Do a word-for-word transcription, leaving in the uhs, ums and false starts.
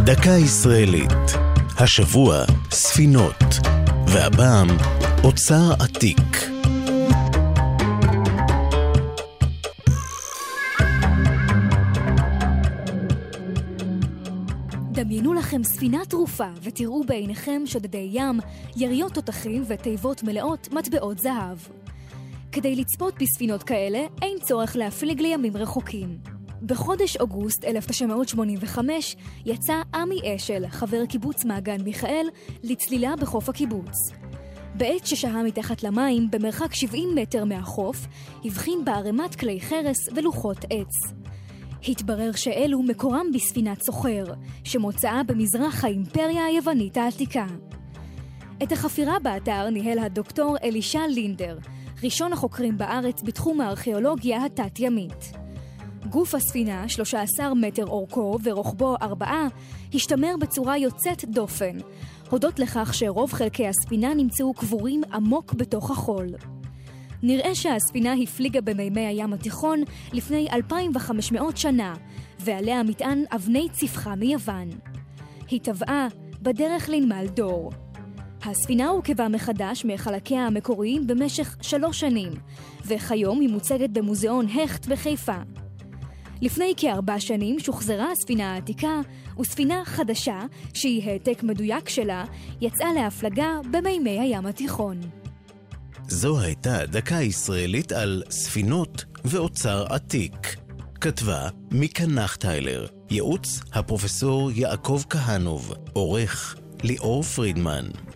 דקה ישראלית. השבוע ספינות, והפעם אוצר עתיק. דמיינו לכם ספינה תרופה ותראו בעיניכם שודדי ים, יריות תותחים ותיבות מלאות מטבעות זהב. כדי לצפות בספינות כאלה אין צורך להפליג לימים רחוקים. בחודש אוגוסט אלף תשע מאות שמונים וחמש יצא עמי אשל, חבר קיבוץ מעגן מיכאל, לצלילה בחוף הקיבוץ. בעת ששהה מתחת למים במרחק שבעים מטר מהחוף, הבחין בערימת כלי חרס ולוחות עץ. התברר שאלו מקורם בספינת סוחר, שמוצאה במזרח האימפריה היוונית העתיקה. את החפירה באתר ניהל הדוקטור אלישע לינדר, ראשון החוקרים בארץ בתחום הארכיאולוגיה התת-ימית. גוף הספינה, שלושה עשר מטר אורכו ורוחבו ארבעה, השתמר בצורה יוצאת דופן, הודות לכך שרוב חלקי הספינה נמצאו קבורים עמוק בתוך החול. נראה שהספינה הפליגה במימי הים התיכון לפני אלפיים וחמש מאות שנה, ועליה מטען אבני צפחה מיוון. היא טבעה בדרך לנמל דור. הספינה הורכבה מחדש מחלקיה המקוריים במשך שלוש שנים, וכיום היא מוצגת במוזיאון הכט בחיפה. לפני כארבע שנים שוחזרה הספינה העתיקה, וספינה חדשה, שהיא העתק מדויק שלה, יצאה להפלגה במימי הים התיכון. זו הייתה דקה ישראלית על ספינות ואוצר עתיק. כתבה מיקה נחטיילר, ייעוץ הפרופסור יעקב כהנוב, עורך ליאור פרידמן.